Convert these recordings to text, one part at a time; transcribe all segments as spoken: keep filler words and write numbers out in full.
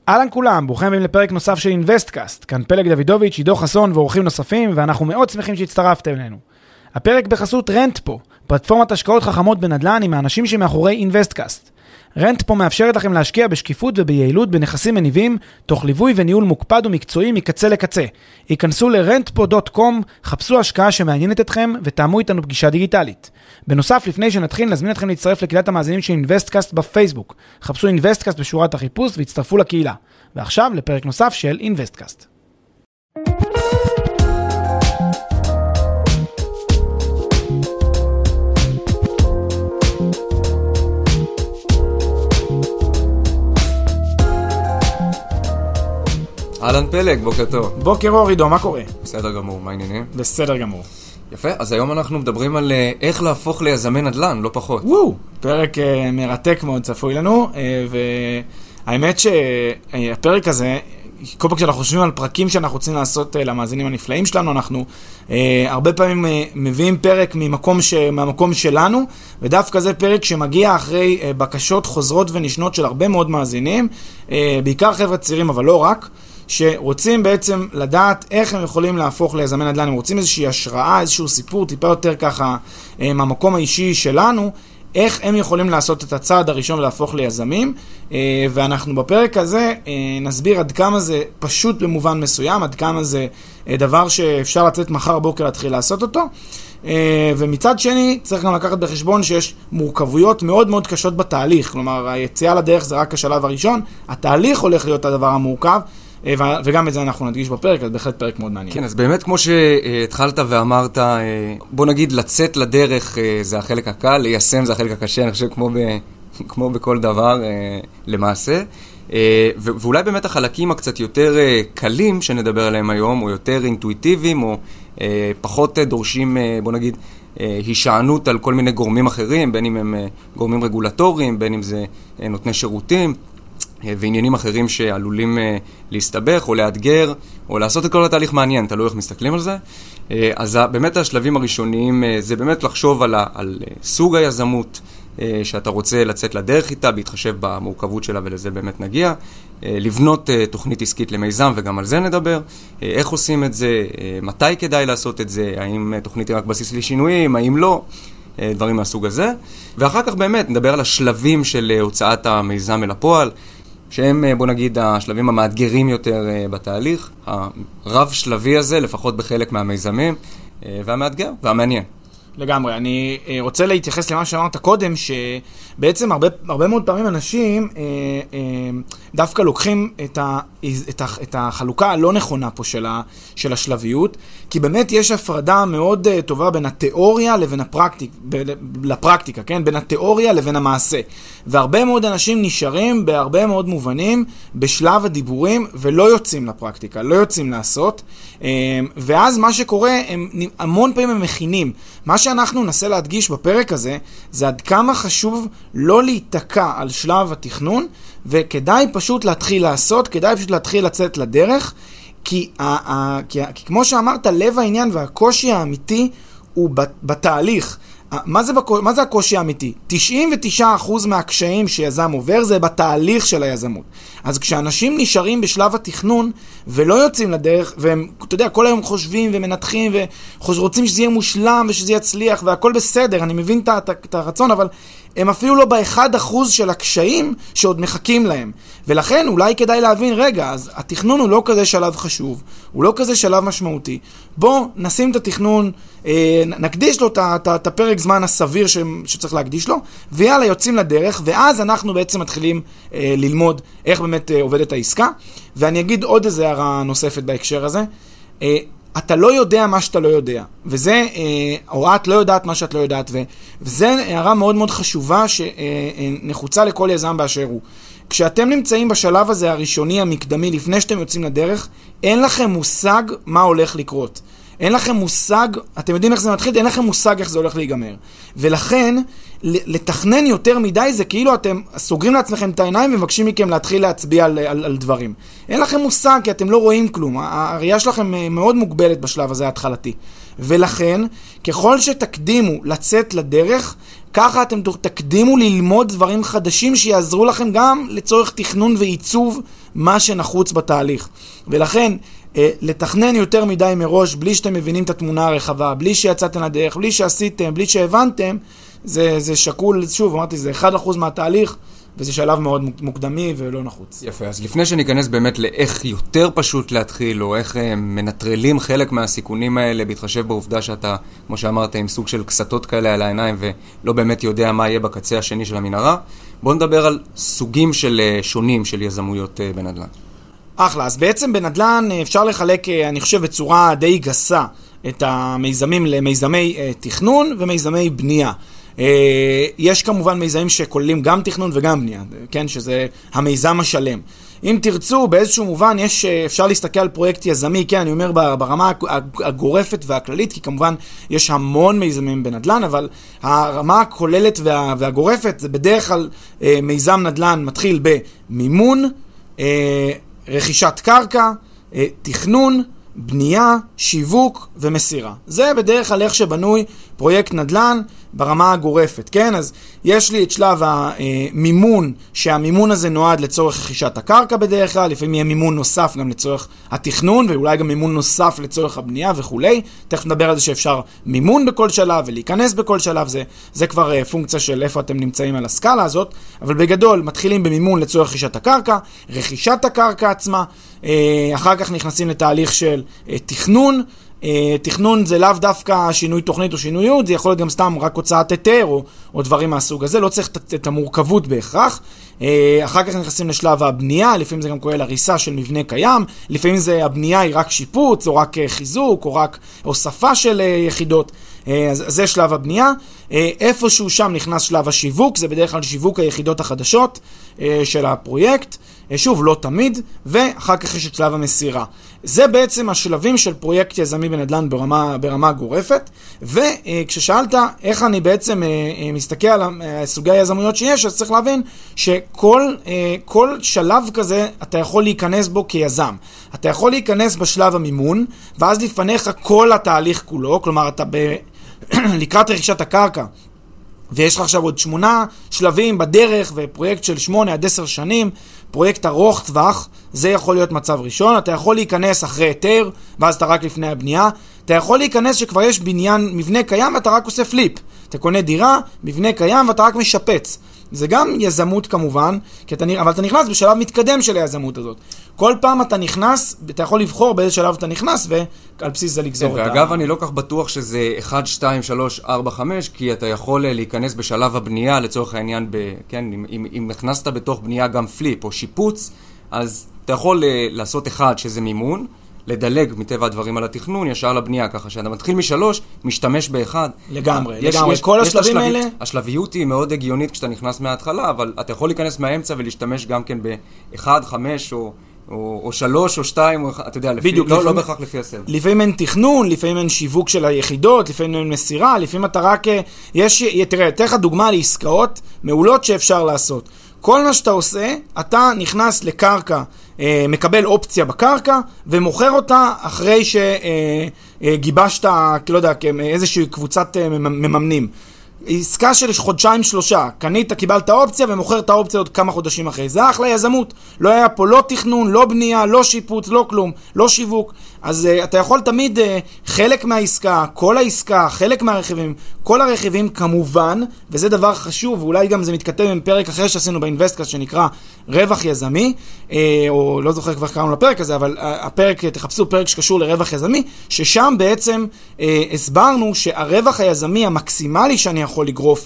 אהלן כולם, ברוכים הבאים לפרק נוסף של אינבסטקאסט. כאן פלג דוידוביץ', עידו חסון ואורחים נוספים, ואנחנו מאוד שמחים שהצטרפתם אלינו. הפרק בחסות רנטפו, פלטפורמת השקעות חכמות בנדל"ן עם האנשים שמאחורי אינבסטקאסט. רנטפו מאפשרת לכם להשקיע בשקיפות וביעילות בנכסים מניבים, תוך ליווי וניהול מוקפד ומקצועי מקצה לקצה. היכנסו ל-רנטפו דוט קום, חפשו השקעה שמעניינת אתכם ותאמו איתנו פגישה דיגיטלית. בנוסף, לפני שנתחיל, נזמין אתכם להצטרף לקהילת המאזינים של אינבסטקאסט בפייסבוק. חפשו אינבסטקאסט בשורת החיפוש והצטרפו לקהילה. ועכשיו לפרק נוסף של אינבסטקאסט. אהלן פלג, בוקר טוב. בוקר אור עידו, מה קורה? בסדר גמור, מה העניינים? בסדר גמור. יפה, אז היום אנחנו מדברים על איך להפוך ליזמי נדל"ן, לא פחות. וואו, פרק uh, מרתק מאוד צפוי לנו, uh, והאמת שהפרק הזה, כל פעם כשאנחנו חושבים על פרקים שאנחנו רוצים לעשות uh, למאזינים הנפלאים שלנו, אנחנו uh, הרבה פעמים uh, מביאים פרק ממקום, ש... מהמקום שלנו, ודווקא זה פרק שמגיע אחרי uh, בקשות חוזרות ונשנות של הרבה מאוד מאזינים, uh, בעיקר חבר'ה צעירים, אבל לא רק, שרוצים בעצם לדעת איך הם יכולים להפוך ליזמי נדל"ן, הם רוצים איזושהי השראה, איזשהו סיפור טיפה יותר ככה מהמקום האישי שלנו, איך הם יכולים לעשות את הצעד הראשון ולהפוך ליזמים, ואנחנו בפרק הזה נסביר עד כמה זה פשוט במובן מסוים, עד כמה זה דבר שאפשר לצאת מחר בוקר להתחיל לעשות אותו, ומצד שני צריך גם לקחת בחשבון שיש מורכבויות מאוד מאוד קשות בתהליך, כלומר היציאה לדרך זה רק השלב הראשון, התהליך הולך להיות הדבר המורכב, וגם את זה אנחנו נדגיש בפרק, אז בהחלט פרק מאוד מעניין. כן, אז באמת כמו שהתחלת ואמרת, בוא נגיד לצאת לדרך זה החלק הקל, ליישם זה החלק הקשה, אני חושב כמו, ב, כמו בכל דבר למעשה, ואולי באמת החלקים הקצת יותר קלים שנדבר עליהם היום, או יותר אינטואיטיביים, או פחות דורשים, בוא נגיד, הישענות על כל מיני גורמים אחרים, בין אם הם גורמים רגולטוריים, בין אם זה נותני שירותים, ועניינים אחרים שעלולים להסתבך או לאתגר או לעשות את כל התהליך מעניין, תלוי איך מסתכלים על זה. אז באמת השלבים הראשוניים זה באמת לחשוב על, על סוג היזמות שאתה רוצה לצאת לדרך איתה, בהתחשב במורכבות שלה ולזה באמת נגיע. לבנות תוכנית עסקית למיזם וגם על זה נדבר. איך עושים את זה, מתי כדאי לעשות את זה, האם תוכנית היא רק בסיס לשינויים, האם לא. דברים מהסוג הזה. ואחר כך באמת נדבר על השלבים של הוצאת המיזם אל הפועל, שהם, בוא נגיד, השלבים המאתגרים יותר בתהליך, הרב שלבי הזה, לפחות בחלק מהמיזמים, והמאתגר והמעניין. לגמרי. אני רוצה להתייחס למה שאמרת קודם, שבעצם הרבה, הרבה מאוד פעמים אנשים אה, אה, דווקא לוקחים את, ה, את, ה, את החלוקה הלא נכונה פה של, ה, של השלביות, כי באמת יש הפרדה מאוד טובה בין התיאוריה לבין הפרקטיק, ב, לפרקטיקה, כן? בין התיאוריה לבין המעשה. והרבה מאוד אנשים נשארים בהרבה מאוד מובנים בשלב הדיבורים ולא יוצאים לפרקטיקה, לא יוצאים לעשות. אה, ואז מה שקורה, הם, המון פעמים הם מכינים. מה שאנחנו ננסה להדגיש בפרק הזה, זה עד כמה חשוב לא להיתקע על שלב התכנון, וכדאי פשוט להתחיל לעשות, כדאי פשוט להתחיל לצאת לדרך, כי, ה- ה- כי, כי כמו שאמרת, לב העניין והקושי האמיתי הוא בתהליך. מה זה, בקוש... מה זה הקושי האמיתי? תשעים ותשעה אחוז מהקשיים שיזם עובר זה בתהליך של היזמות. אז כשאנשים נשארים בשלב התכנון ולא יוצאים לדרך, והם, אתה יודע, כל היום חושבים ומנתחים ורוצים שזה יהיה מושלם ושזה יצליח והכל בסדר, אני מבין את הרצון, אבל הם אפילו לא באחד אחוז של הקשיים שעוד מחכים להם. ולכן אולי כדאי להבין, רגע, אז התכנון הוא לא כזה שלב חשוב, הוא לא כזה שלב משמעותי. בוא נשים את התכנון, אה, נקדיש לו את הפרק זמן הסביר ש, שצריך להקדיש לו, ויאללה, יוצאים לדרך, ואז אנחנו בעצם מתחילים אה, ללמוד איך באמת אה, עובדת העסקה. ואני אגיד עוד איזה הערה נוספת בהקשר הזה. אה, אתה לא יודע מה שאתה לא יודע, וזה, או את לא יודעת מה שאת לא יודעת, וזה הערה מאוד מאוד חשובה שנחוצה לכל יזם באשר הוא. כשאתם נמצאים בשלב הזה הראשוני המקדמי, לפני שאתם יוצאים לדרך, אין לכם מושג מה הולך לקרות. אין לכם מושג, אתם יודעים איך זה מתחיל, אין לכם מושג איך זה הולך להיגמר. ולכן, לתכנן יותר מדי זה כאילו אתם סוגרים לעצמכם את העיניים ומבקשים מכם להתחיל להצביע על, על, על דברים. אין לכם מושג כי אתם לא רואים כלום. הראייה שלכם מאוד מוגבלת בשלב הזה ההתחלתי. ולכן, ככל שתקדימו לצאת לדרך, ככה אתם תקדימו ללמוד דברים חדשים שיעזרו לכם גם לצורך תכנון ועיצוב מה שנחוץ בתהליך. ולכן, לתכנן יותר מדי מראש, בלי שאתם מבינים את התמונה הרחבה, בלי שיצאתם לדרך, בלי שעשיתם, בלי שהבנתם, זה, זה שקול, שוב, אמרתי, זה אחד אחוז מהתהליך, וזה שלב מאוד מוקדמי ולא נחוץ. יפה, אז לפני שניכנס באמת לאיך יותר פשוט להתחיל, או איך מנטרלים חלק מהסיכונים האלה, בהתחשב בעובדה שאתה, כמו שאמרת, עם סוג של קסתות כאלה על העיניים, ולא באמת יודע מה יהיה בקצה השני של המנהרה, בואו נדבר על סוגים של שונים של יזמויות בנדל"ן. אחלה, אז בעצם בנדל"ן אפשר לחלק, אני חושב, בצורה די גסה, את המיזמים למיזמי תכנון ומיזמי בנייה. יש כמובן מיזמים שכוללים גם תכנון וגם בנייה, כן, שזה המיזם השלם. אם תרצו, באיזשהו מובן, יש, אפשר להסתכל על פרויקט יזמי, כן, אני אומר ברמה הגורפת והכללית, כי כמובן יש המון מיזמים בנדל"ן, אבל הרמה הכוללת וה, והגורפת, זה בדרך כלל מיזם נדל"ן מתחיל במימון, רכישת קרקע, תכנון, בנייה, שיווק ומסירה. זה בדרך כלל איך שבנוי פרויקט נדל"ן ברמה הגורפת, כן? אז יש לי את שלב המימון, שהמימון הזה נועד לצורך רכישת הקרקע בדרך כלל, לפעמים יהיה מימון נוסף גם לצורך התכנון, ואולי גם מימון נוסף לצורך הבנייה וכולי. תכף נדבר על זה שאפשר מימון בכל שלב ולהיכנס בכל שלב, זה, זה כבר פונקציה של איפה אתם נמצאים על הסקאלה הזאת, אבל בגדול מתחילים במימון לצורך רכישת הקרקע, רכישת הקרקע עצמה, אחר כך נכנסים לתהליך של תכנון, תכנון זה לאו דווקא שינוי תוכנית או שינוי ייעוד, זה יכול להיות גם סתם רק הוצאת היתר או, או דברים מהסוג הזה, לא צריך את, את המורכבות בהכרח. אחר כך נכנסים לשלב הבנייה, לפעמים זה גם כולל הריסה של מבנה קיים, לפעמים זה הבנייה היא רק שיפוץ או רק חיזוק או רק הוספה של יחידות, אז זה שלב הבנייה. איפשהו שם נכנס שלב השיווק, זה בדרך כלל שיווק היחידות החדשות של הפרויקט, שוב, לא תמיד, ואחר כך יש את שלב המסירה. זה בעצם השלבים של פרויקט יזמי בנדל"ן ברמה, ברמה גורפת, וכששאלת איך אני בעצם מסתכל על סוגי היזמויות שיש, אז צריך להבין שכל כל שלב כזה אתה יכול להיכנס בו כיזם. אתה יכול להיכנס בשלב המימון, ואז לפניך כל התהליך כולו, כלומר אתה ב... לקראת רכישת הקרקע, ויש לך עכשיו עוד שמונה שלבים בדרך, ופרויקט של שמונה עד עשר שנים, פרויקט ארוך טווח, זה יכול להיות מצב ראשון. אתה יכול להיכנס אחרי היתר, ואז אתה רק לפני הבנייה. אתה יכול להיכנס שכבר יש בניין, מבנה קיים, ואתה רק עושה פליפ. אתה קונה דירה, מבנה קיים, ואתה רק משפץ. זה גם יזמות כמובן, כי אתה, אבל אתה נכנס בשלב מתקדם של היזמות הזאת. כל פעם אתה נכנס, אתה יכול לבחור באיזה שלב אתה נכנס, ועל בסיס זה לגזור את ה... ואגב, אני לא כך בטוח שזה אחת, שתיים, שלוש, ארבע, חמש, כי אתה יכול להיכנס בשלב הבנייה, לצורך העניין, ב... כן, אם, אם, אם הכנסת בתוך בנייה גם פליפ או שיפוץ, אז אתה יכול לעשות אחד שזה מימון, לדלג מטבע הדברים על התכנון, ישר לבנייה, ככה שאתה מתחיל משלוש, משתמש באחד. לגמרי, יש, לגמרי. יש, כל יש השלבים השלב... האלה... השלביות היא מאוד הגיונית כשאתה נכנס מההתחלה, אבל אתה יכול להיכנס מהאמצע ולהשתמש גם כן באחד, חמש, או, או, או שלוש, או שתיים, או, אתה יודע, לפי, בדיוק, לא, לפעמים, לא בכך לפי הסדר. לפעמים אין תכנון, לפעמים אין שיווק של היחידות, לפעמים אין מסירה, לפעמים אתה רק... יש, תראה, תראה לך דוגמה לעסקאות מעולות שאפשר לעשות. כל מה שאתה עושה, אתה נכנס לקרקע, מקבל אופציה בקרקע, ומוכר אותה אחרי שגיבשת, לא יודע, איזושהי קבוצת מממנים. עסקה של חודשיים שלושה, קנית, קיבלת אופציה ומוכר את האופציה עוד כמה חודשים אחרי. זה אחלה יזמות. לא היה פה לא תכנון, לא בנייה, לא שיפוץ, לא כלום, לא שיווק. אז uh, אתה יכול תמיד uh, חלק מהעסקה, כל העסקה, חלק מהרכיבים, כל הרכיבים כמובן, וזה דבר חשוב, ואולי גם זה מתכתב עם פרק אחר שעשינו באינבסטקאסט שנקרא רווח יזמי, uh, או לא זוכר כבר קראנו לפרק הזה, אבל uh, הפרק, תחפשו פרק שקשור לרווח יזמי, ששם בעצם uh, הסברנו שהרווח היזמי המקסימלי שאני יכול לגרוף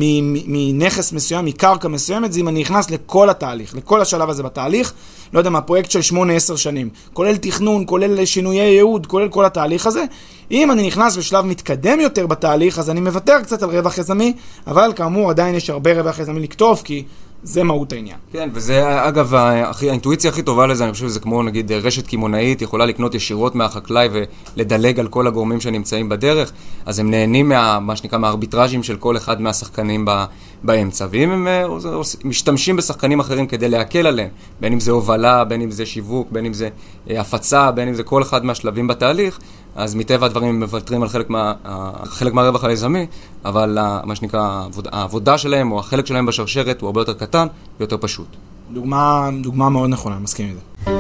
מנכס מסוים, מקרקע מסוימת, זה אם אני נכנס לכל התהליך, לכל השלב הזה בתהליך, לא יודע מה, פרויקט של שמונה עשר שנים, כולל תכנון, כולל שינויי ייעוד, כולל כל התהליך הזה. אם אני נכנס בשלב מתקדם יותר בתהליך, אז אני מוותר קצת על רווח יזמי, אבל כאמור עדיין יש הרבה רווח יזמי לכתוב, כי זה מהות העניין. כן, וזה אגב, האינטואיציה הכי טובה לזה, אני חושב שזה כמו נגיד רשת קימונאית, יכולה לקנות ישירות מהחקלאי ולדלג על כל הגורמים שנמצאים בדרך, אז הם נהנים מה, מה שנקרא, מהארביטראז'ים של כל אחד מהשחקנים באמצע, ואם הם משתמשים בשחקנים אחרים כדי להקל עליהם, בין אם זה הובלה, בין אם זה שיווק, בין אם זה הפצה, בין אם זה כל אחד מהשלבים בתהליך, אז מטבע הדברים מוותרים על חלק, מה, חלק מהרווח היזמי, אבל מה שנקרא, העבודה שלהם או החלק שלהם בשרשרת הוא הרבה יותר קטן ויותר פשוט. דוגמה, דוגמה מאוד נכונה, אני מסכים עם זה.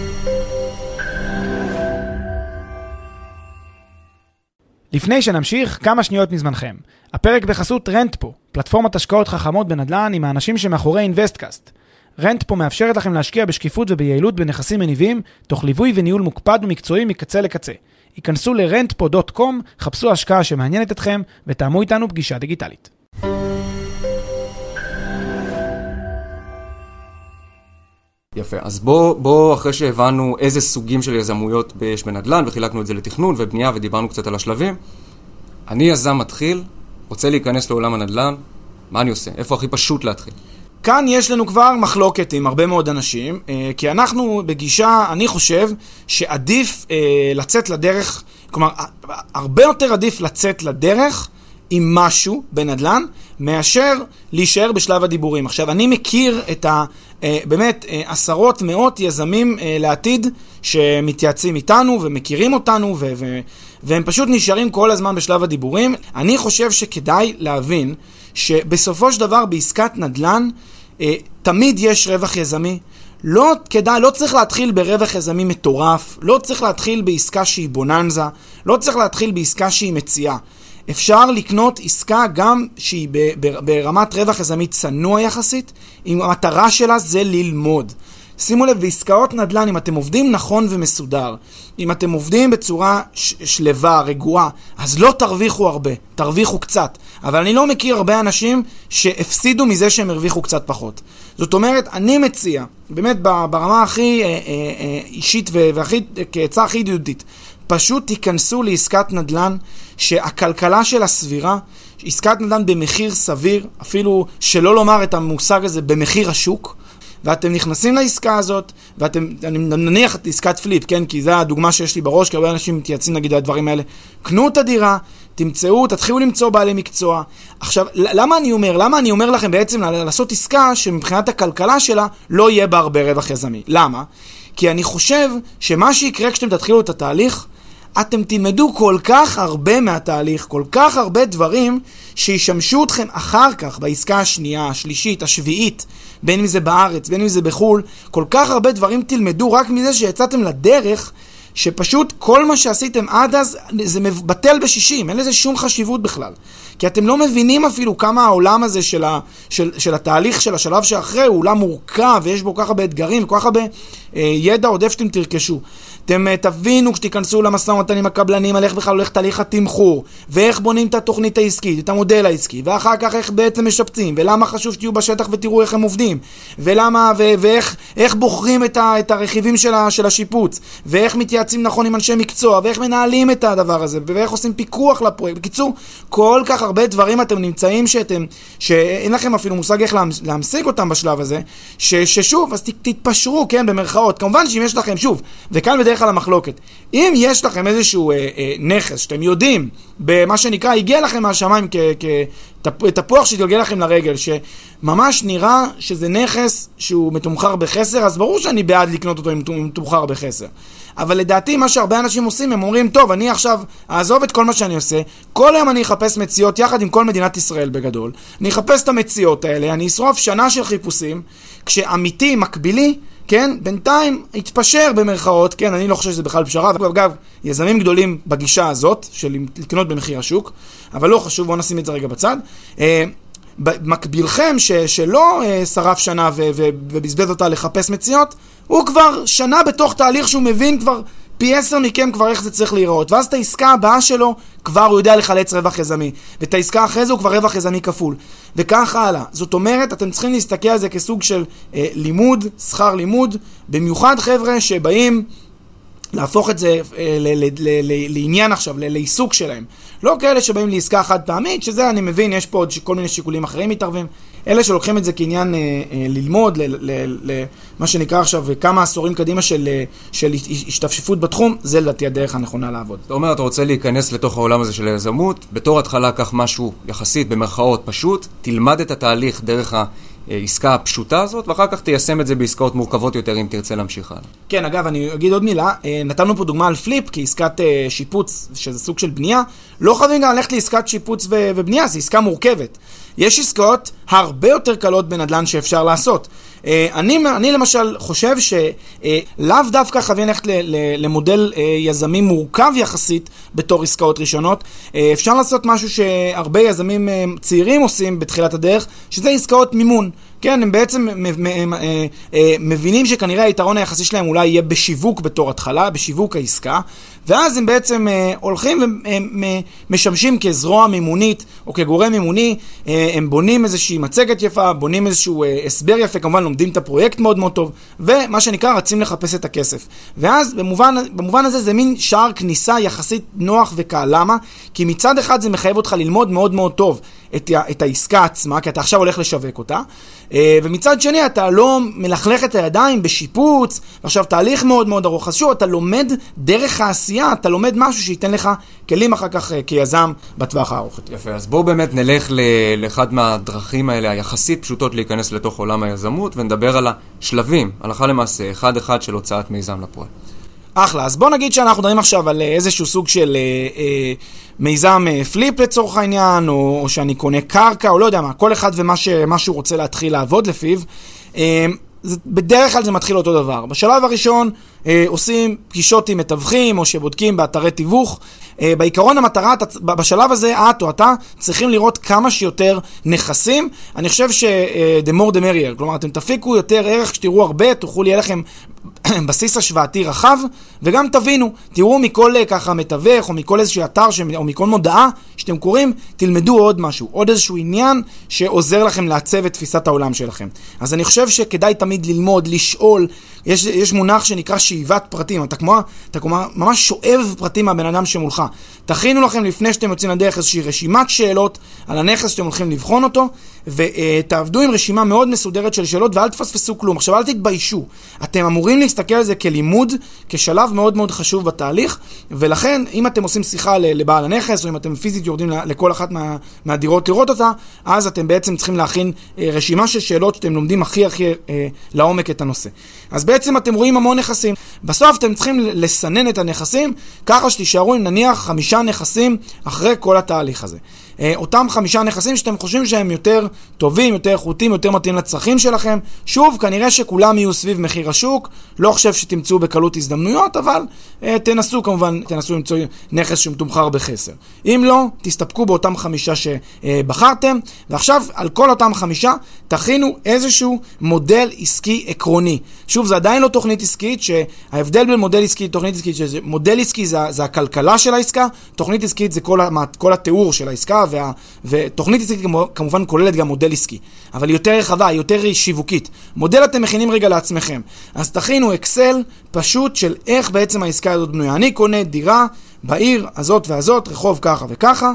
לפני שנמשיך, כמה שניות מזמנכם. הפרק בחסות רנטפו, פלטפורמת השקעות חכמות בנדל"ן עם האנשים שמאחורי אינבסטקאסט. רנטפו מאפשרת לכם להשקיע בשקיפות וביעילות בנכסים מניבים, תוך ליווי וניהול מוקפד ומקצועי מקצה לקצה. היכנסו ל-רנטפו דוט קום, חפשו השקעה שמעניינת אתכם ותאמו איתנו פגישה דיגיטלית. יפה, אז בוא, בוא אחרי שהבנו איזה סוגים של יזמויות יש בנדל"ן וחילקנו את זה לתכנון ובנייה ודיברנו קצת על השלבים, אני יזם מתחיל, רוצה להיכנס לעולם הנדל"ן, מה אני עושה? איפה הכי פשוט להתחיל? כאן יש לנו כבר מחלוקת עם הרבה מאוד אנשים, כי אנחנו בגישה, אני חושב, שעדיף לצאת לדרך, כלומר, הרבה יותר עדיף לצאת לדרך עם משהו בנדל"ן, מאשר להישאר בשלב הדיבורים. עכשיו, אני מכיר את ה... באמת, עשרות, מאות יזמים לעתיד שמתייעצים איתנו ומכירים אותנו, ו- ו- והם פשוט נשארים כל הזמן בשלב הדיבורים. אני חושב שכדאי להבין שבסופו של דבר בעסקת נדל"ן, תמיד יש רווח יזמי. לא כדאי, לא צריך להתחיל ברווח יזמי מטורף, לא צריך להתחיל בעסקה שהיא בוננזה, לא צריך להתחיל בעסקה שהיא מציאה. אפשר לקנות עסקה גם שהיא ברמת רווח יזמי צנוע יחסית, אם המטרה שלה זה ללמוד. שימו לב, בעסקאות נדל"ן, אם אתם עובדים נכון ומסודר, אם אתם עובדים בצורה ש- שלווה, רגועה, אז לא תרוויחו הרבה, תרוויחו קצת. אבל אני לא מכיר הרבה אנשים שהפסידו מזה שהם הרוויחו קצת פחות. זאת אומרת, אני מציע, באמת ברמה הכי אה, אה, אה, אישית והכי, כעצה הכי ידידותית, פשוט תיכנסו לעסקת נדל"ן שהכלכלה שלה סבירה, עסקת נדל"ן במחיר סביר, אפילו שלא לומר את המושג הזה במחיר השוק, ואתם נכנסים לעסקה הזאת, ואתם, אני נניח את עסקת פליפ, כן? כי זו הדוגמה שיש לי בראש, כי הרבה אנשים מתייעצים נגיד הדברים האלה. קנו את הדירה, תמצאו, תתחילו למצוא בעלי מקצוע. עכשיו, למה אני אומר? למה אני אומר לכם בעצם לעשות עסקה שמבחינת הכלכלה שלה לא יהיה בה הרבה רווח יזמי? למה? כי אני חושב שמה שיקרה כשאתם תתחילו את התהליך, אתם תלמדו כל כך הרבה מהתהליך, כל כך הרבה דברים שישמשו אתכם אחר כך בעסקה השנייה, השלישית, השביעית, בין אם זה בארץ, בין אם זה בחול, כל כך הרבה דברים תלמדו רק מזה שיצאתם לדרך, שפשוט כל מה שעשיתם עד אז זה מבטל בשישים, אין לזה שום חשיבות בכלל. כי אתם לא מבינים אפילו כמה העולם הזה של, ה, של, של התהליך של השלב שאחרי הוא עולם מורכב, ויש בו כל כך הרבה אתגרים, כל כך הרבה אה, ידע עודף שאתם תרכשו. אתם uh, תבינו כשתיכנסו למשא ומתן עם הקבלנים על איך בכלל הולך תהליך התמחור, ואיך בונים את התוכנית העסקית, את המודל העסקי, ואחר כך איך בעצם משפצים, ולמה חשוב שתהיו בשטח ותראו איך הם עובדים, ולמה, ו- ואיך איך בוחרים את, ה- את הרכיבים של, ה- של השיפוץ, ואיך מתייעצים נכון עם אנשי מקצוע, ואיך מנהלים את הדבר הזה, ואיך עושים פיקוח לפרויקט. בקיצור, כל כך הרבה דברים אתם נמצאים שאתם, שאין לכם אפילו מושג איך להמשיג אותם בשלב הזה, ש- ששוב, אז ת- תתפשרו, כן, במרכאות. כמובן שאם יש לכם, שוב, וכאן בדרך על המחלוקת. אם יש לכם איזשהו אה, אה, נכס שאתם יודעים, במה שנקרא, הגיע לכם מהשמיים כתפוח שתגלגל לכם לרגל, שממש נראה שזה נכס שהוא מתומחר בחסר, אז ברור שאני בעד לקנות אותו אם מתומחר בחסר. אבל לדעתי מה שהרבה אנשים עושים, הם אומרים, טוב, אני עכשיו אעזוב את כל מה שאני עושה, כל היום אני אחפש מציאות יחד עם כל מדינת ישראל בגדול, אני אחפש את המציאות האלה, אני אשרוף שנה של חיפושים, כשאמיתי, מקבילי, כן, בינתיים התפשר במרכאות, כן, אני לא חושב שזה בכלל פשרה, ואגב, יזמים גדולים בגישה הזאת, של לקנות במחיר השוק, אבל לא חשוב, בואו נשים את זה רגע בצד. מקבילכם ש, שלא שרף שנה ו, ו, ובזבז אותה לחפש מציאות, הוא כבר שנה בתוך תהליך שהוא מבין כבר פי עשר מכם כבר איך זה צריך להיראות, ואז את העסקה הבאה שלו כבר הוא יודע לחלץ רווח יזמי, ואת העסקה אחרי זה הוא כבר רווח יזמי כפול, וככה הלאה. זאת אומרת, אתם צריכים להסתכל על זה כסוג של אה, לימוד, שכר לימוד, במיוחד חבר'ה שבאים להפוך את זה אה, ל- ל- ל- ל- לעניין עכשיו, ל- לעיסוק שלהם. לא כאלה שבאים לעסקה חד פעמית, שזה אני מבין, יש פה עוד כל מיני שיקולים אחרים מתערבים, אלה שלוקחים את זה כעניין אה, אה, ללמוד, ל- ל- ל- מה שנקרא עכשיו כמה עשורים קדימה של, של השתפשפות בתחום, זה לדעתי הדרך הנכונה לעבוד. אתה אומר, אתה רוצה להיכנס לתוך העולם הזה של היזמות, בתור התחלה כך משהו יחסית במרכאות פשוט, תלמד את התהליך דרך העסקה הפשוטה הזאת, ואחר כך תיישם את זה בעסקאות מורכבות יותר אם תרצה להמשיך הלאה. כן, אגב, אני אגיד עוד מילה, נתנו פה דוגמה על פליפ, כעסקת שיפוץ, שזה סוג של בנייה, לא חייבים גם ללכת לעסקת שיפוץ ו- ובנייה, זו עסקה מורכבת. יש עסקאות הרבה יותר קלות בנדל"ן שאפשר לעשות. אני, אני למשל חושב שלאו דווקא חייבים ללכת למודל יזמים מורכב יחסית בתור עסקאות ראשונות. אפשר לעשות משהו שהרבה יזמים צעירים עושים בתחילת הדרך, שזה עסקאות מימון. כן, הם בעצם מבינים שכנראה היתרון היחסי שלהם אולי יהיה בשיווק בתור התחלה, בשיווק העסקה, ואז הם בעצם הולכים ומשמשים כזרוע מימונית או כגורם מימוני, הם בונים איזושהי מצגת יפה, בונים איזשהו הסבר יפה, כמובן לומדים את הפרויקט מאוד מאוד טוב, ומה שנקרא רצים לחפש את הכסף. ואז במובן, במובן הזה זה מין שער כניסה יחסית נוח וקל. למה? כי מצד אחד זה מחייב אותך ללמוד מאוד מאוד טוב את, את העסקה עצמה, כי אתה עכשיו הולך לשווק אותה, ומצד שני אתה לא מלכלך את הידיים בשיפוץ, ועכשיו תהליך מאוד מאוד ארוך. אז שוב, אתה לומד דרך העשייה, אתה לומד משהו שייתן לך כלים אחר כך כיזם בטווח הארוך. יפה, אז בואו באמת נלך לאחד מהדרכים האלה היחסית פשוטות להיכנס לתוך עולם היזמות, ונדבר על השלבים, הלכה למעשה, אחד אחד של הוצאת מיזם לפועל. אחלה, אז בוא נגיד שאנחנו מדברים עכשיו על איזשהו סוג של אה, אה, מיזם אה, פליפ לצורך העניין, או, או שאני קונה קרקע, או לא יודע מה, כל אחד ומה ש, מה שהוא רוצה להתחיל לעבוד לפיו. אה, זה, בדרך כלל זה מתחיל אותו דבר. בשלב הראשון אה, עושים פגישות עם מתווכים, או שבודקים באתרי תיווך. אה, בעיקרון המטרה, בשלב הזה, את או אתה צריכים לראות כמה שיותר נכסים. אני חושב ש- the more the merrier, כלומר, אתם תפיקו יותר ערך, כשתראו הרבה, תוכלו יהיה לכם בסיס השוואתי רחב, וגם תבינו, תראו מכל ככה מתווך, או מכל איזשהו אתר, ש... או מכל מודעה שאתם קוראים, תלמדו עוד משהו, עוד איזשהו עניין שעוזר לכם לעצב את תפיסת העולם שלכם. אז אני חושב שכדאי תמיד ללמוד, לשאול, יש, יש מונח שנקרא שאיבת פרטים, אתה כמו, אתה כמו ממש שואב פרטים מהבן אדם שמולך. תכינו לכם לפני שאתם יוצאים לדרך איזושהי רשימת שאלות על הנכס שאתם הולכים לבחון אותו, ותעבדו עם רשימה מאוד מסודרת של שאלות, ואל תפספסו כלום. עכשיו, אל תתביישו. אתם אמורים להסתכל על זה כלימוד, כשלב מאוד מאוד חשוב בתהליך, ולכן, אם אתם עושים שיחה לבעל הנכס, או אם אתם פיזית יורדים לכל אחת מה, מהדירות לראות אותה, אז אתם בעצם צריכים להכין רשימה של שאלות שאתם לומדים הכי הכי אה, לעומק את הנושא. אז בעצם אתם רואים המון נכסים. בסוף אתם צריכים לסנן את הנכסים, ככה שתישארו עם נניח חמישה נכסים אחרי כל התהליך הזה. אותם חמישה נכסים שאתם חושבים שהם יותר טובים, יותר איכותיים, יותר מתאים לצרכים שלכם. שוב, כנראה שכולם יהיו סביב מחיר השוק, לא חושב שתמצאו בקלות הזדמנויות, אבל אה, תנסו כמובן, תנסו למצוא נכס שמתומחר בחסר. אם לא, תסתפקו באותם חמישה שבחרתם, ועכשיו על כל אותם חמישה תכינו איזשהו מודל עסקי עקרוני. שוב, זה עדיין לא תוכנית עסקית, שההבדל בין מודל עסקי לתוכנית עסקית, שמודל עסקי זה, זה הכלכלה של העסקה, תוכנית עסקית זה כל, כל התיאור של העסקה, וה, ותוכנית עסקית כמובן כוללת גם מודל עסקי, אבל יותר רחבה, יותר שיווקית. מודל אתם מכינים רגע לעצמכם. אז תכינו אקסל פשוט של איך בעצם העסקה הזאת בנויה. אני קונה דירה בעיר הזאת והזאת, רחוב ככה וככה,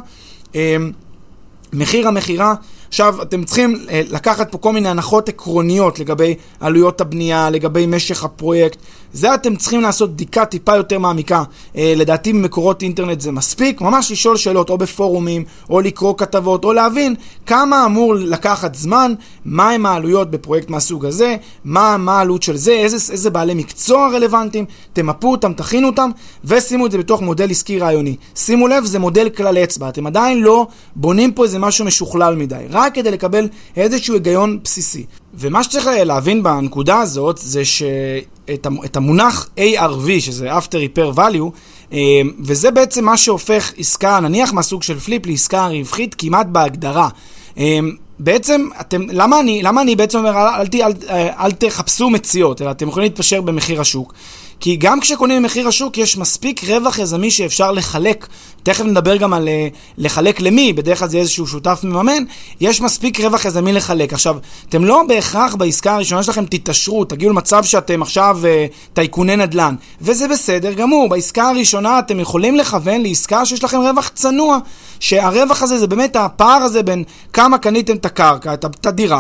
מחיר המחירה. עכשיו, אתם צריכים לקחת פה כל מיני הנחות עקרוניות לגבי עלויות הבנייה, לגבי משך הפרויקט. זה אתם צריכים לעשות בדיקה טיפה יותר מעמיקה. לדעתי ממקורות אינטרנט זה מספיק. ממש לשאול שאלות או בפורומים, או לקרוא כתבות, או להבין כמה אמור לקחת זמן, מה הם העלויות בפרויקט מהסוג הזה, מה, מה העלות של זה, איזה, איזה בעלי מקצוע רלוונטיים, תמפו אותם, תכינו אותם, ושימו את זה בתוך מודל עסקי רעיוני. שימו לב, זה מודל כלל אצבע. אתם עדיין לא בונים פה איזה משהו משוכלל מדי. רק כדי לקבל איזשהו היגיון בסיסי. ומה שצריך להבין בנקודה הזאת, זה שאת המונח A R V, שזה After Repair Value, וזה בעצם מה שהופך עסקה, נניח מהסוג של פליפ, לעסקה רווחית כמעט בהגדרה. בעצם, אתם, למה אני, למה אני בעצם אומר, אל, אל, אל, אל תחפשו מציאות, אלא אתם יכולים להתפשר במחיר השוק. כי גם כשקונים במחיר השוק יש מספיק רווח יזמי שאפשר לחלק, תכף נדבר גם על לחלק למי, בדרך כלל זה איזשהו שותף מממן, יש מספיק רווח יזמי לחלק. עכשיו, אתם לא בהכרח בעסקה הראשונה שלכם תתעשרו, תגיעו למצב שאתם עכשיו טייקוני נדל"ן, וזה בסדר גמור. בעסקה הראשונה אתם יכולים לכוון לעסקה שיש לכם רווח צנוע, שהרווח הזה זה באמת הפער הזה בין כמה קניתם את הקרקע, את הדירה,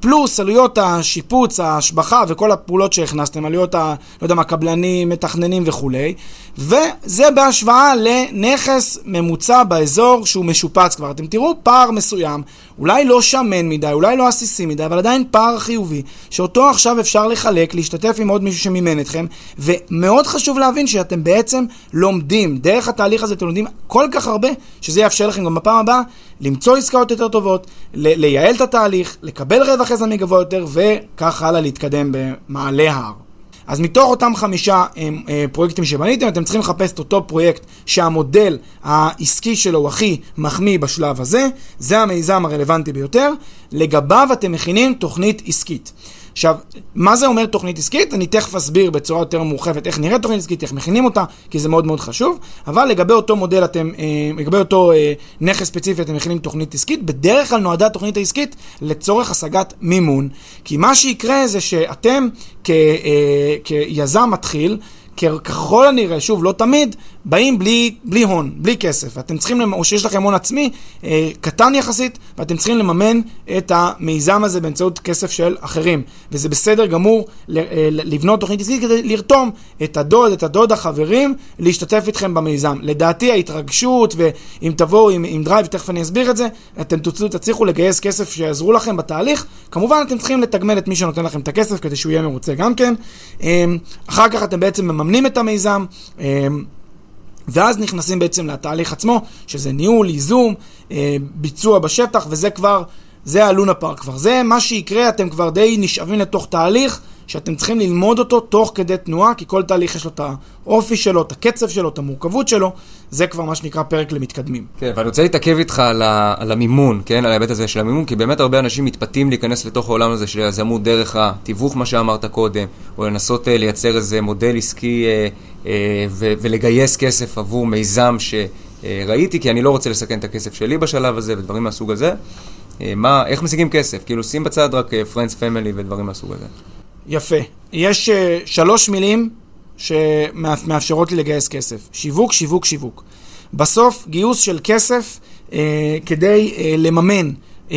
פלוס עלויות השיפוץ, ההשבחה וכל הפעולות שהכנסתם, עלויות ה, לא יודע מה, קבלנים, מתכננים וכולי, וזה בהשוואה לנכס ממוצע באזור שהוא משופץ כבר. אתם תראו פער מסוים, אולי לא שמן מדי, אולי לא עסיסי מדי, אבל עדיין פער חיובי, שאותו עכשיו אפשר לחלק, להשתתף עם עוד מישהו שמימן אתכם, ומאוד חשוב להבין שאתם בעצם לומדים, דרך התהליך הזה אתם לומדים כל כך הרבה, שזה יאפשר לכם גם בפעם הבאה, למצוא עסקאות יותר טובות, לייעל את התהליך, לקבל רווח יזמי גבוה יותר, וכך הלאה להתקדם במעלה ההר. אז מתוך אותם חמישה הם, אה, פרויקטים שבניתם, אתם צריכים לחפש את אותו פרויקט שהמודל העסקי שלו הוא הכי מחמיא בשלב הזה, זה המיזם הרלוונטי ביותר, לגביו אתם מכינים תוכנית עסקית. עכשיו, מה זה אומר תוכנית עסקית? אני תכף אסביר בצורה יותר מורחבת איך נראית תוכנית עסקית, איך מכינים אותה, כי זה מאוד מאוד חשוב, אבל לגבי אותו מודל אתם, לגבי אותו נכס ספציפי אתם מכינים תוכנית עסקית, בדרך כלל נועדה תוכנית העסקית לצורך השגת מימון, כי מה שיקרה זה שאתם כ, כיזם מתחיל, ככל הנראה, שוב, לא תמיד, באים בלי, בלי הון, בלי כסף. אתם צריכים, או שיש לכם הון עצמי, אה, קטן יחסית, ואתם צריכים לממן את המיזם הזה באמצעות כסף של אחרים. וזה בסדר גמור לבנות תוכנית עסקית כדי לרתום את הדוד, את הדוד החברים, להשתתף איתכם במיזם. לדעתי, ההתרגשות, ואם תבואו עם, עם דרייב, תכף אני אסביר את זה, אתם תצליחו, תצליחו לגייס כסף שיעזרו לכם בתהליך. כמובן, אתם צריכים לתגמל את מי שנותן לכם את הכסף, כדי שהוא יהיה מרוצה גם כן. אה, אחר כך אתם בעצם מממנים את המיזם, אה, ואז נכנסים בעצם לתהליך עצמו, שזה ניהול, ייזום, ביצוע בשטח, וזה כבר, זה הלונה פארק כבר. זה מה שיקרה, אתם כבר די נשאבים לתוך תהליך, שאתם צריכים ללמוד אותו תוך כדי תנועה, כי כל תהליך יש לו את האופי שלו, את הקצב שלו, את המורכבות שלו, זה כבר מה שנקרא פרק למתקדמים. כן, ואני רוצה להתעכב איתך על, ה, על המימון, כן, על ההיבט הזה של המימון, כי באמת הרבה אנשים מתפתים להיכנס לתוך העולם הזה של יזמות דרך התיווך, מה שאמרת קודם, או לנסות לייצר איזה מודל עסקי ו- ולגייס כסף עבור מיזם שראיתי, כי אני לא רוצה לסכן את הכסף שלי בשלב הזה ודברים מהסוג הזה. מה, איך משיגים כסף? כאילו, שים בצד רק friends, family ודברים מהסוג הזה. יפה. יש uh, שלוש מילים שמאפשרות לי לגייס כסף. שיווק, שיווק, שיווק. בסוף, גיוס של כסף uh, כדי uh, לממן uh,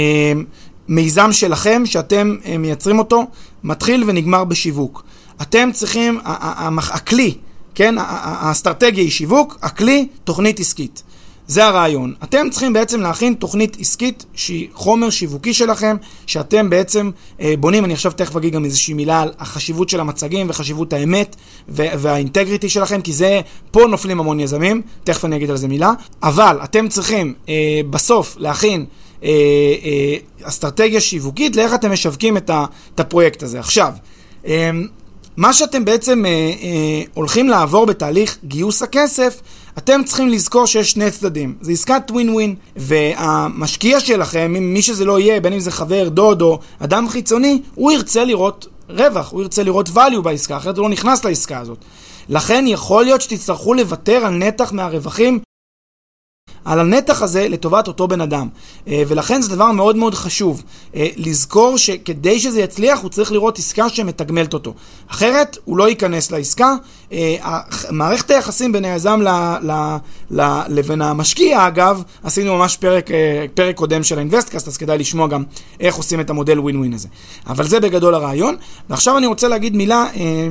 מיזם שלכם, שאתם uh, מייצרים אותו, מתחיל ונגמר בשיווק. אתם צריכים, הכלי, כן, האסטרטגיה היא שיווק, הכלי, תוכנית עסקית. זה הרעיון. אתם צריכים בעצם להכין תוכנית עסקית שהיא חומר שיווקי שלכם, שאתם בעצם אה, בונים, אני עכשיו תכף אגיד גם איזושהי מילה על החשיבות של המצגים וחשיבות האמת והאינטגריטי שלכם, כי זה, פה נופלים המון יזמים, תכף אני אגיד על זה מילה, אבל אתם צריכים אה, בסוף להכין אה, אה, אסטרטגיה שיווקית, לאיך אתם משווקים את, ה, את הפרויקט הזה. עכשיו, אה, מה שאתם בעצם אה, אה, הולכים לעבור בתהליך גיוס הכסף, אתם צריכים לזכור שיש שני צדדים. זה עסקת ווין ווין, והמשקיע שלכם, מי שזה לא יהיה, בין אם זה חבר, דוד או אדם חיצוני, הוא ירצה לראות רווח, הוא ירצה לראות value בעסקה, אחרת הוא לא נכנס לעסקה הזאת. לכן יכול להיות שתצטרכו לוותר על נתח מהרווחים, על הנתח הזה לטובת אותו בן אדם. ולכן זה דבר מאוד מאוד חשוב. לזכור שכדי שזה יצליח, הוא צריך לראות עסקה שמתגמלת אותו. אחרת, הוא לא ייכנס לעסקה. מערכת היחסים בין היזם לבין המשקיע, אגב, עשינו ממש פרק, פרק קודם של האינבסטקאסט, אז כדאי לשמוע גם איך עושים את המודל ווין ווין הזה. אבל זה בגדול הרעיון. ועכשיו אני רוצה להגיד מילה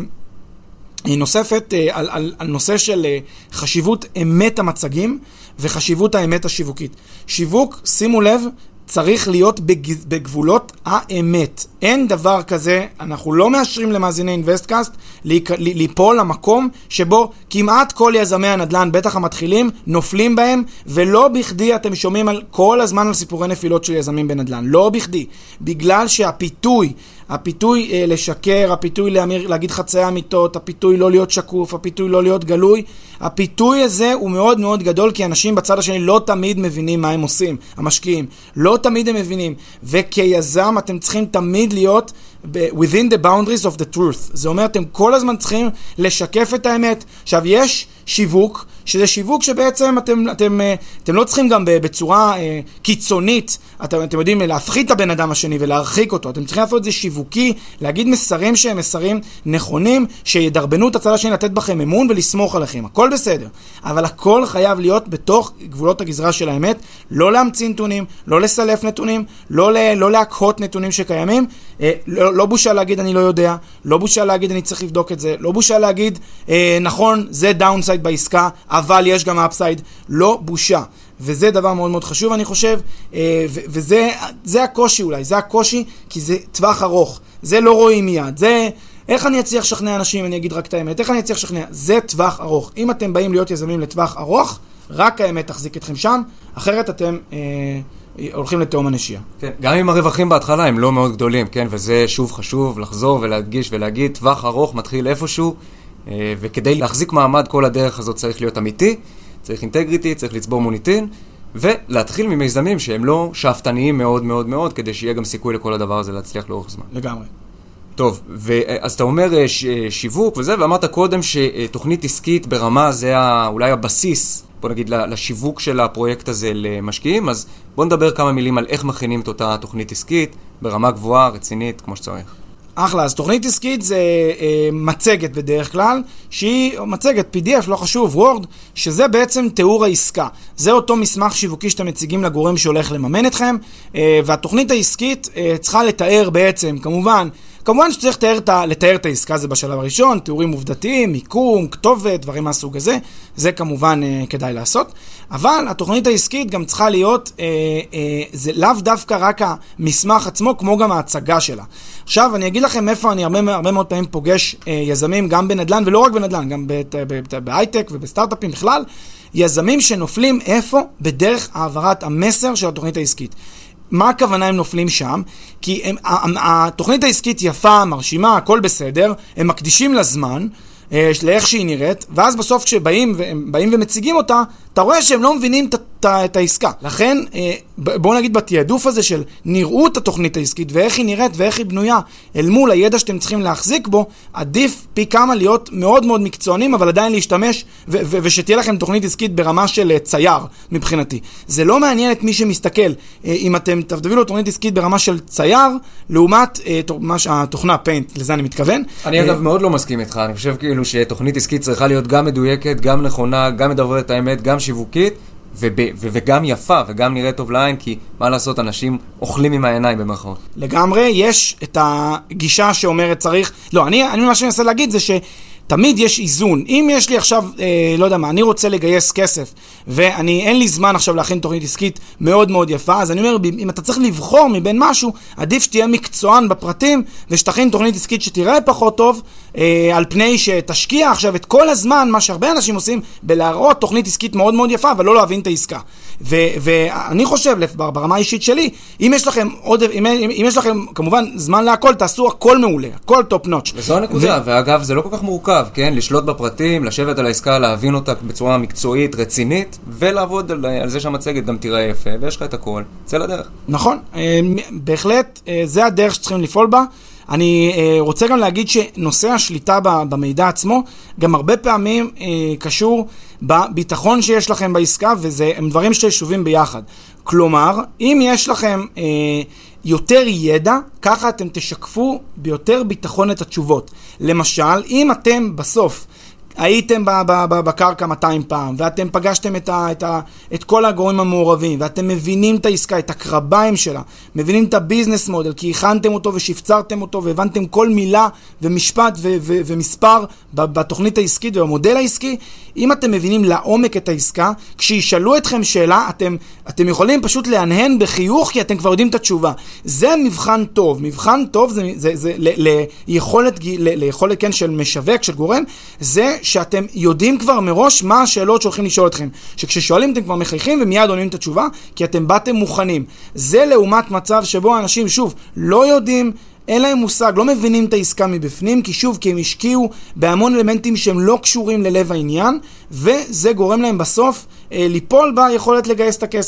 נוספת על, על, על נושא של חשיבות אמת המצגים וחשיבות האמת השיווקית. שיווק, שימו לב, צריך להיות בגבולות האמת. אין דבר כזה, אנחנו לא מאשרים למאזיני אינבסטקאסט ליפול למקום שבו כמעט כל יזמי הנדל"ן, בטח המתחילים, נופלים בהם, ולא בכדי אתם שומעים על, כל הזמן על סיפורי נפילות של יזמים בנדל"ן. לא בכדי. בגלל שהפיתוי, הפיתוי אה, לשקר, הפיתוי להמיר, להגיד חצאי אמיתות, הפיתוי לא להיות שקוף, הפיתוי לא להיות גלוי, הפיתוי הזה הוא מאוד מאוד גדול, כי אנשים בצד השני לא תמיד מבינים מה הם עושים, המשקיעים. לא תמיד הם מבינים. וכיזם אתם צריכים תמיד להיות within the boundaries of the truth. זה אומר, אתם כל הזמן צריכים לשקף את האמת. עכשיו, יש שיווק שזה שיווק שבעצם אתם, אתם, אתם לא צריכים גם בצורה קיצונית, אתם, אתם יודעים, להפחית את הבן אדם השני ולהרחיק אותו. אתם צריכים לעשות את זה שיווקי, להגיד מסרים שהם מסרים נכונים, שידרבנו את הצד השני לתת בכם אמון ולסמוך עליכם. הכל בסדר. אבל הכל חייב להיות בתוך גבולות הגזרה של האמת, לא להמציא נתונים, לא לסלף נתונים, לא, לא להקהות נתונים שקיימים, לא, לא בושה להגיד אני לא יודע, לא בושה להגיד אני צריך לבדוק את זה, לא בושה להגיד נכון, זה דאונסייד בעסקה, אבל יש גם אפסייד, לא בושה. וזה דבר מאוד מאוד חשוב, אני חושב, וזה זה הקושי אולי, זה הקושי, כי זה טווח ארוך, זה לא רואים מיד, זה, איך אני אצליח לשכנע אנשים, אני אגיד רק את האמת, איך אני אצליח לשכנע, זה טווח ארוך. אם אתם באים להיות יזמים לטווח ארוך, רק האמת תחזיק אתכם שם, אחרת אתם אה, הולכים לתאום הנשייה. כן, גם אם הרווחים בהתחלה הם לא מאוד גדולים, כן, וזה שוב חשוב לחזור ולהדגיש ולהגיד, טווח ארוך מתחיל איפשהו, אה, וכדי להחזיק מעמד כל הדרך הזאת צריך להיות אמיתי, צריך אינטגריטי, צריך לצבור מוניטין, ולהתחיל ממיזמים שהם לא שאפתניים מאוד מאוד מאוד, כדי שיהיה גם סיכוי לכל הדבר הזה להצליח לאורך זמן. לגמרי. טוב, אז אתה אומר שיווק וזה, ואמרת קודם שתוכנית עסקית ברמה זה אולי הבסיס, בוא נגיד, לשיווק של הפרויקט הזה למשקיעים, אז בוא נדבר כמה מילים על איך מכינים את אותה תוכנית עסקית ברמה גבוהה, רצינית, כמו שצריך. אחלה, אז תוכנית עסקית זה אה, מצגת בדרך כלל, שהיא מצגת פי די אף, לא חשוב, וורד, שזה בעצם תיאור העסקה. זה אותו מסמך שיווקי שאתם מציגים לגורם שהולך לממן אתכם, אה, והתוכנית העסקית אה, צריכה לתאר בעצם, כמובן, כמובן שצריך לתאר, לתאר את העסקה, זה בשלב הראשון, תיאורים עובדתיים, מיקום, כתובת, דברים מהסוג הזה, זה כמובן אה, כדאי לעשות. אבל התוכנית העסקית גם צריכה להיות, אה, אה, זה לאו דווקא רק המסמך עצמו, כמו גם ההצגה שלה. עכשיו, אני אגיד לכם איפה אני הרבה, הרבה מאוד פעמים פוגש אה, יזמים, גם בנדלן, ולא רק בנדלן, גם בהייטק ובסטארט-אפים בכלל, יזמים שנופלים איפה? בדרך העברת המסר של התוכנית העסקית. מה הכוונה הם נופלים שם? כי הם, התוכנית העסקית יפה, מרשימה, הכל בסדר, הם מקדישים לזמן, לאיך שהיא נראית, ואז בסוף כשבאים והם באים ומציגים אותה, אתה רואה שהם לא מבינים את העסקה. לכן, בואו נגיד בתיעדוף הזה של נראות התוכנית העסקית, ואיך היא נראית ואיך היא בנויה, אל מול הידע שאתם צריכים להחזיק בו, עדיף פי כמה להיות מאוד מאוד מקצוענים, אבל עדיין להשתמש, ו- ו- ושתהיה לכם תוכנית עסקית ברמה של צייר, מבחינתי. זה לא מעניין את מי שמסתכל. אם אתם תבדבילו תוכנית עסקית ברמה של צייר, לעומת התוכנה פיינט, לזה אני מתכוון. אני אגב מאוד לא מסכים איתך, אני חושב כאילו שתוכנית עסקית צריכה להיות גם מדויקת, גם נכונה, גם מדברת את האמת, גם שיווקית, וב, ו, וגם יפה, וגם נראה טוב לעין, כי מה לעשות, אנשים אוכלים עם העיניים במרכאות. לגמרי, יש את הגישה שאומרת צריך, לא, אני, אני מה שאני מנסה להגיד זה ש... תמיד יש איזון. אם יש לי עכשיו, אה, לא יודע מה, אני רוצה לגייס כסף, ואני, אין לי זמן עכשיו להכין תוכנית עסקית מאוד מאוד יפה, אז אני אומר, אם אתה צריך לבחור מבין משהו, עדיף שתהיה מקצוען בפרטים, ושתכין תוכנית עסקית שתראה פחות טוב, אה, על פני שתשקיע עכשיו את כל הזמן, מה שהרבה אנשים עושים, בלהראות תוכנית עסקית מאוד מאוד יפה, ולא להבין את העסקה. ו, ואני חושב, ברמה האישית שלי, אם יש לכם עוד, אם, אם יש לכם כמובן זמן להכל, תעשו הכל מעולה, הכל טופ נוטש. וזו הנקודה, ו... ואגב, זה לא כל כך מורכב. כן, לשלוט בפרטים, לשבת על העסקה, להבין אותה בצורה מקצועית, רצינית, ולעבוד על, על זה שהמצגת גם תראה יפה, ויש לך את הכל, צא לדרך. נכון, בהחלט, זה הדרך שצריכים לפעול בה. אני רוצה גם להגיד שנושא השליטה במידע עצמו, גם הרבה פעמים קשור בביטחון שיש לכם בעסקה, וזה הם דברים ששובים ביחד. כלומר, אם יש לכם... יותר ידע, ככה אתם תשקפו ביותר ביטחון את התשובות. למשל, אם אתם בסוף הייתם בקרקע מאתיים פעם, ואתם פגשתם את, ה, את, ה, את כל הגורמים המעורבים, ואתם מבינים את העסקה, את הקרביים שלה, מבינים את הביזנס מודל, כי הכנתם אותו ושפצרתם אותו, והבנתם כל מילה ומשפט ו, ו, ומספר בתוכנית העסקית ובמודל העסקי, אם אתם מבינים לעומק את העסקה, כשישאלו אתכם שאלה, אתם, אתם יכולים פשוט להנהן בחיוך, כי אתם כבר יודעים את התשובה. זה מבחן טוב. מבחן טוב זה, זה, זה ל, ליכולת, ל, ליכולת כן, של משווק, של גורם, זה שאתם יודעים כבר מראש מה השאלות שהולכים לשאול אתכם. שכששואלים אתם כבר מחייכים ומיד עונים את התשובה, כי אתם באתם מוכנים. זה לעומת מצב שבו אנשים, שוב, לא יודעים, אין להם מושג, לא מבינים את העסקה מבפנים, כי שוב, כי הם השקיעו בהמון אלמנטים שהם לא קשורים ללב העניין, וזה גורם להם בסוף אה, ליפול ביכולת לגייס את הכסף.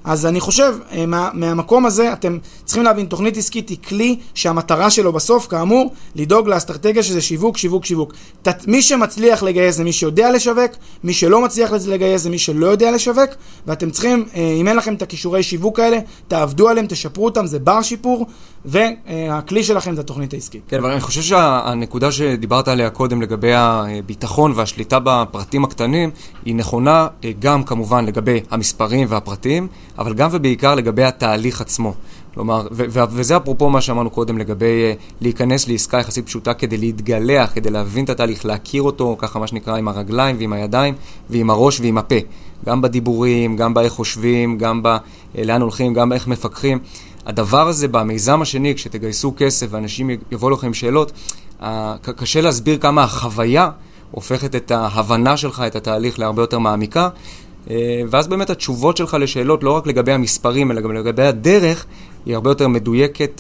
אז אני חושב, מה, מהמקום הזה אתם צריכים להבין, תוכנית עסקית היא כלי שהמטרה שלו בסוף, כאמור, לדאוג לאסטרטגיה שזה שיווק, שיווק, שיווק. תת, מי שמצליח לגייס זה מי שיודע לשווק, מי שלא מצליח לגייס זה מי שלא יודע לשווק, ואתם צריכים, אם אין לכם את הכישורי שיווק האלה, תעבדו עליהם, תשפרו אותם, זה בר שיפור, והכלי שלכם זה התוכנית העסקית. כן, אבל אני חושב שהנקודה שדיברת עליה קודם לגבי הביטחון והשליטה בפרטים הקטנים, היא נכונה גם כמובן לגבי המספרים והפרטים, אבל גם ובעיקר לגבי התהליך עצמו. כלומר, ו- ו- וזה אפרופו מה שאמרנו קודם לגבי uh, להיכנס לעסקה יחסית פשוטה כדי להתגלח, כדי להבין את התהליך, להכיר אותו, ככה מה שנקרא עם הרגליים ועם הידיים ועם הראש ועם הפה. גם בדיבורים, גם באיך חושבים, גם ב- לאן הולכים, גם באיך מפקחים. הדבר הזה במיזם השני, כשתגייסו כסף ואנשים יבואו לכם שאלות, uh, קשה להסביר כמה החוויה הופכת את ההבנה שלך, את התהליך להרבה יותר מעמיקה, ואז באמת התשובות שלך לשאלות, לא רק לגבי המספרים, אלא גם לגבי הדרך, היא הרבה יותר מדויקת,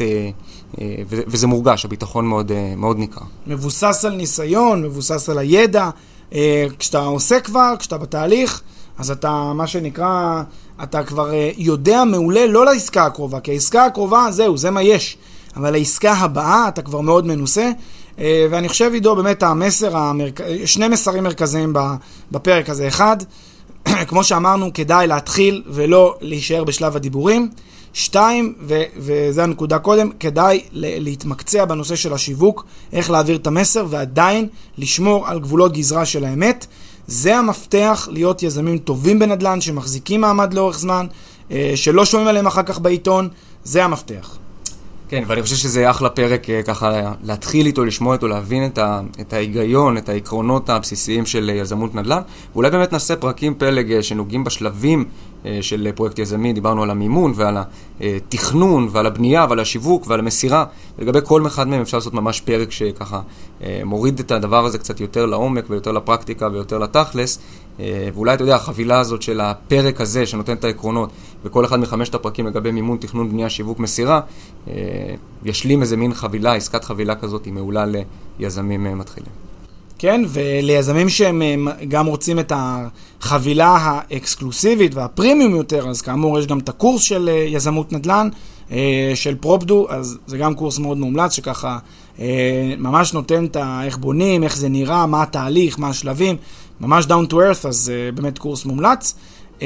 וזה מורגש, הביטחון מאוד, מאוד ניכר. מבוסס על ניסיון, מבוסס על הידע. כשאתה עושה כבר, כשאתה בתהליך, אז אתה, מה שנקרא, אתה כבר יודע מעולה, לא לעסקה הקרובה, כי העסקה הקרובה, זהו, זה מה יש. אבל העסקה הבאה, אתה כבר מאוד מנוסה, ואני חושב, עידו, באמת המסר, המרכ... שני מסרים מרכזיים בפרק הזה. אחד, כמו שאמרנו, כדאי להתחיל ולא להישאר בשלב הדיבורים. שתיים, ו- וזה הנקודה קודם, כדאי להתמקצע בנושא של השיווק, איך להעביר את המסר ועדיין לשמור על גבולות גזרה של האמת. זה המפתח להיות יזמים טובים בנדל"ן, שמחזיקים מעמד לאורך זמן, שלא שומעים עליהם אחר כך בעיתון. זה המפתח. כן, ואני חושב שזה אחלה פרק ככה להתחיל איתו, לשמוע איתו, להבין את, ה, את ההיגיון, את העקרונות הבסיסיים של יזמות נדל"ן, ואולי באמת נעשה פרקים פלג שנוגעים בשלבים של פרויקט יזמי, דיברנו על המימון ועל התכנון ועל הבנייה ועל השיווק ועל המסירה, ולגבי כל אחד מהם אפשר לעשות ממש פרק שככה מוריד את הדבר הזה קצת יותר לעומק ויותר לפרקטיקה ויותר לתכלס, ואולי אתה יודע, החבילה הזאת של הפרק הזה שנותן את העקרונות, וכל אחד מחמשת הפרקים לגבי מימון, תכנון, בנייה, שיווק, מסירה, ישלים איזה מין חבילה, עסקת חבילה כזאת, היא מעולה ליזמים מתחילים. כן, וליזמים שהם גם רוצים את החבילה האקסקלוסיבית והפרימיום יותר, אז כאמור יש גם את הקורס של יזמות נדל"ן, של פרופדו, אז זה גם קורס מאוד מומלץ, שככה ממש נותן את איך בונים, איך זה נראה, מה התהליך, מה השלבים, ממש down to earth, אז באמת קורס מומלץ.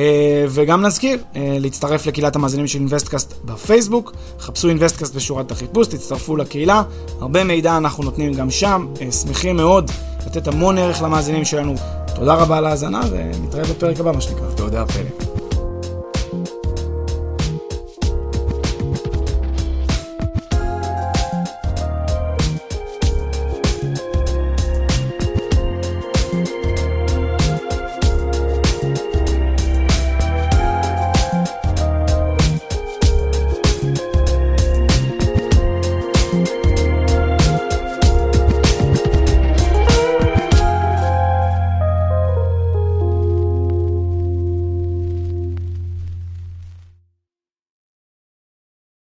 וגם נזכיר, להצטרף לקהילת המאזינים של אינבסטקאסט בפייסבוק, חפשו אינבסטקאסט בשורת החיפוש, תצטרפו לקהילה, הרבה מידע אנחנו נותנים גם שם, שמחים מאוד לתת המון ערך למאזינים שלנו. תודה רבה על ההאזנה, ונתראה בפרק הבא, מה שנקרא. תודה, פלא.